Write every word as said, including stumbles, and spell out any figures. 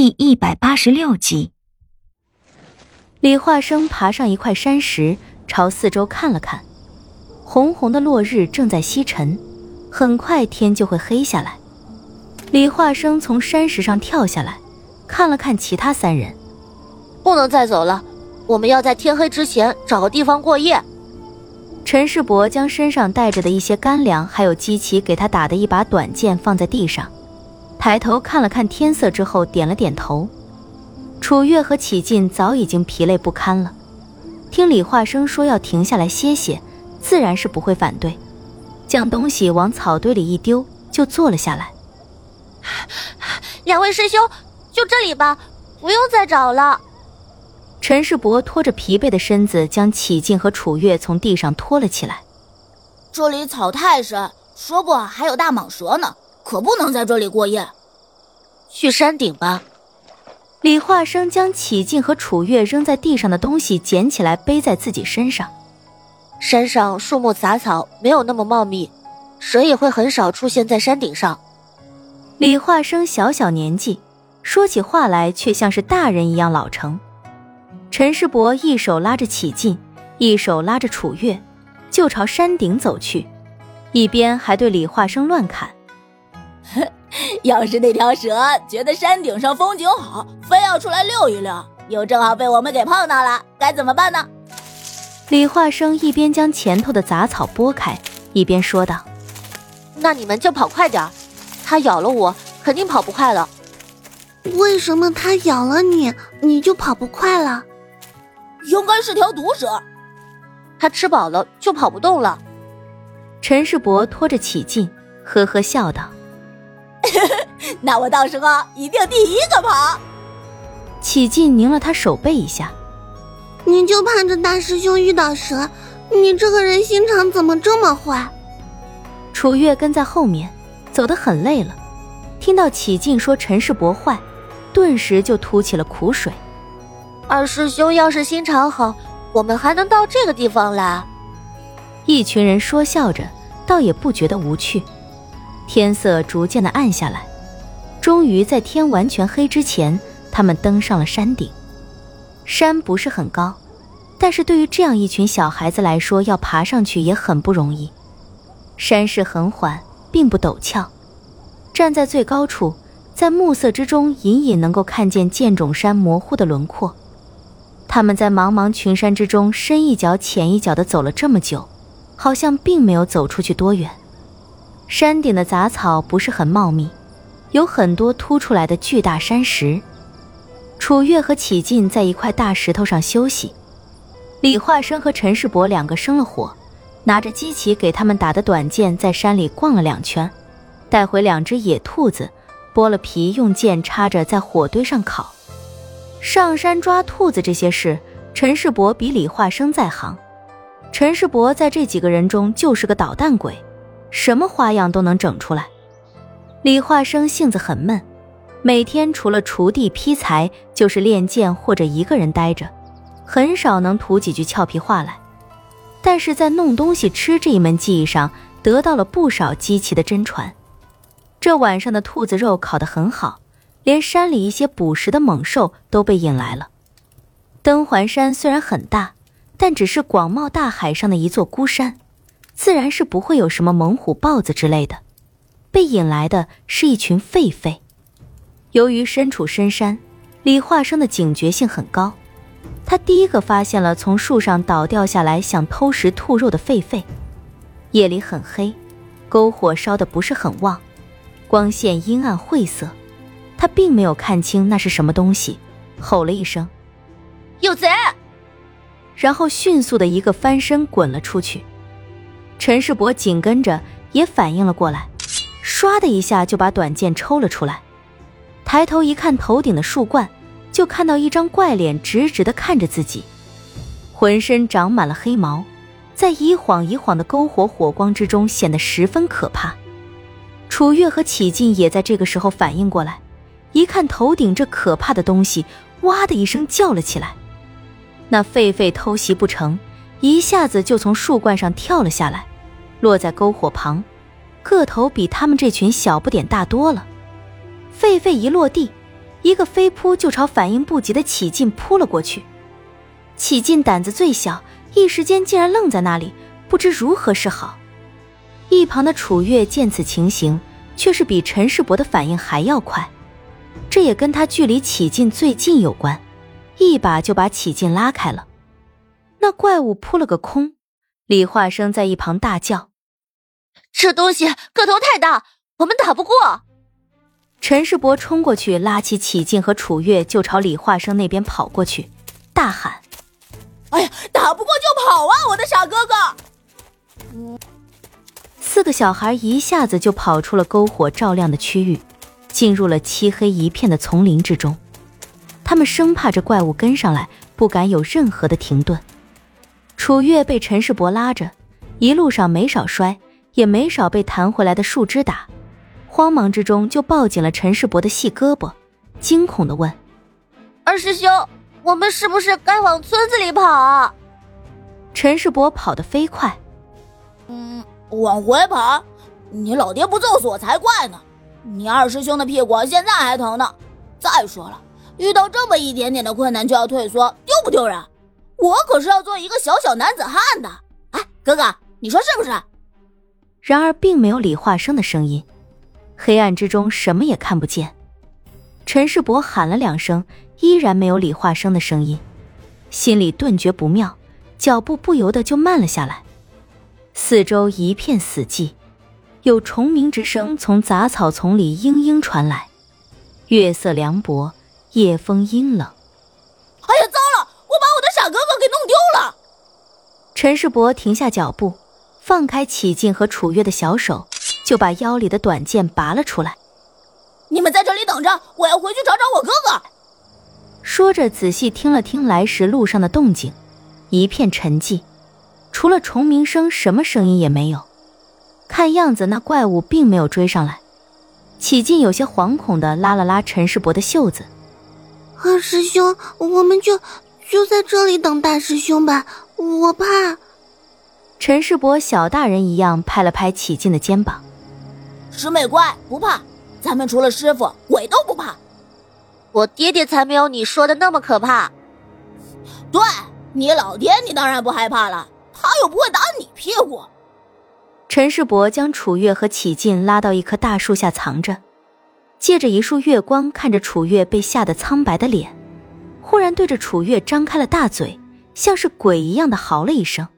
第一百八十六集。 李化生爬上一块山石，朝四周看了看，红红的落日正在西沉，很快天就会黑下来。李化生从山石上跳下来，看了看其他三人， 不能再走了，我们要在天黑之前找个地方过夜。 陈世伯将身上带着的一些干粮还有姬奇给他打的一把短剑放在地上，抬头看了看天色之后点了点头。楚月和启进早已经疲累不堪了，听李化生说要停下来歇歇，自然是不会反对，将东西往草堆里一丢，就坐了下来。 两位师兄，就这里吧，不用再找了。 陈世伯拖着疲惫的身子将启进和楚月从地上拖了起来。 这里草太深，说不还有大蟒蛇呢，可不能在这里过夜。 去山顶吧。 李化生将启进和楚月扔在地上的东西捡起来背在自己身上。 山上树木杂草没有那么茂密，蛇也会很少出现在山顶上。 李化生小小年纪，说起话来却像是大人一样老成。陈世伯一手拉着启进，一手拉着楚月，就朝山顶走去，一边还对李化生乱砍。 要是那条蛇觉得山顶上风景好，非要出来溜一溜，又正好被我们给碰到了，该怎么办呢？ 李化生一边将前头的杂草拨开，一边说道： 那你们就跑快点，它咬了我肯定跑不快了。 为什么它咬了你，你就跑不快了？ 应该是条毒蛇， 它吃饱了就跑不动了。 陈世伯拖着启进，呵呵笑道： 那我到时候一定第一个跑。 启进拧了他手背一下： 你就盼着大师兄遇到蛇，你这个人心肠怎么这么坏？ 楚月跟在后面，走得很累了，听到启进说陈世伯坏，顿时就吐起了苦水。 二师兄要是心肠好，我们还能到这个地方来。 一群人说笑着，倒也不觉得无趣。天色逐渐的暗下来，终于在天完全黑之前，他们登上了山顶。山不是很高，但是对于这样一群小孩子来说，要爬上去也很不容易。山势很缓，并不陡峭，站在最高处，在暮色之中隐隐能够看见剑冢山模糊的轮廓。他们在茫茫群山之中深一脚浅一脚地走了这么久，好像并没有走出去多远。山顶的杂草不是很茂密，有很多凸出来的巨大山石。楚月和启进在一块大石头上休息，李化生和陈世伯两个生了火，拿着姬奇给他们打的短剑在山里逛了两圈，带回两只野兔子，剥了皮用剑插着在火堆上烤。上山抓兔子这些事，陈世伯比李化生在行。陈世伯在这几个人中就是个捣蛋鬼，什么花样都能整出来。李化生性子很闷，每天除了锄地劈柴就是练剑或者一个人待着，很少能吐几句俏皮话来。但是在弄东西吃这一门技艺上得到了不少姬奇的真传。这晚上的兔子肉烤得很好，连山里一些捕食的猛兽都被引来了。登环山虽然很大，但只是广袤大海上的一座孤山，自然是不会有什么猛虎豹子之类的，被引来的是一群狒狒。由于身处深山，李化生的警觉性很高，他第一个发现了从树上倒掉下来想偷食兔肉的狒狒。夜里很黑，篝火烧得不是很旺，光线阴暗晦涩，他并没有看清那是什么东西，吼了一声： 有贼！ 然后迅速的一个翻身滚了出去。陈世伯紧跟着也反应了过来，唰的一下就把短剑抽了出来。抬头一看头顶的树冠，就看到一张怪脸直直地看着自己，浑身长满了黑毛，在一晃一晃的篝火火光之中显得十分可怕。楚月和启进也在这个时候反应过来，一看头顶这可怕的东西，哇的一声叫了起来。那狒狒偷袭不成，一下子就从树冠上跳了下来，落在篝火旁，个头比他们这群小不点大多了。狒狒一落地， 一个飞扑就朝反应不及的启进扑了过去。启进胆子最小，一时间竟然愣在那里，不知如何是好。一旁的楚月见此情形，却是比陈世伯的反应还要快，这也跟他距离启进最近有关，一把就把启进拉开了。那怪物扑了个空，李化生在一旁大叫： 这东西个头太大，我们打不过。 陈世伯冲过去拉起启进和楚月，就朝李化生那边跑过去，大喊： 哎呀，打不过就跑啊，我的傻哥哥！ 嗯，四个小孩一下子就跑出了篝火照亮的区域，进入了漆黑一片的丛林之中。他们生怕这怪物跟上来，不敢有任何的停顿。楚月被陈世伯拉着，一路上没少摔，也没少被弹回来的树枝打，慌忙之中就抱紧了陈世伯的细胳膊，惊恐地问： 二师兄，我们是不是该往村子里跑啊？ 陈世伯跑得飞快。 嗯，往回跑？你老爹不揍死我才怪呢！你二师兄的屁股现在还疼呢。再说了，遇到这么一点点的困难就要退缩，丢不丢人？我可是要做一个小小男子汉的。哎，哥哥，你说是不是？ 然而并没有李化生的声音，黑暗之中什么也看不见。陈世伯喊了两声，依然没有李化生的声音，心里顿觉不妙，脚步不由得就慢了下来。四周一片死寂，有虫鸣之声从杂草丛里嘤嘤传来，月色凉薄，夜风阴冷。 哎呀，糟了，我把我的傻哥哥给弄丢了！ 陈世伯停下脚步，放开启进和楚月的小手，就把腰里的短剑拔了出来。 你们在这里等着，我要回去找找我哥哥。 说着仔细听了听来时路上的动静，一片沉寂，除了虫鸣声什么声音也没有。看样子那怪物并没有追上来。启进有些惶恐地拉了拉陈世伯的袖子： 二师兄，我们就就在这里等大师兄吧，我怕。 陈世伯小大人一样拍了拍启进的肩膀： 师妹乖，不怕，咱们除了师傅鬼都不怕。 我爹爹才没有你说的那么可怕。 对，你老爹你当然不害怕了，他又不会打你屁股。 陈世伯将楚月和启进拉到一棵大树下藏着，借着一束月光看着楚月被吓得苍白的脸，忽然对着楚月张开了大嘴，像是鬼一样的嚎了一声。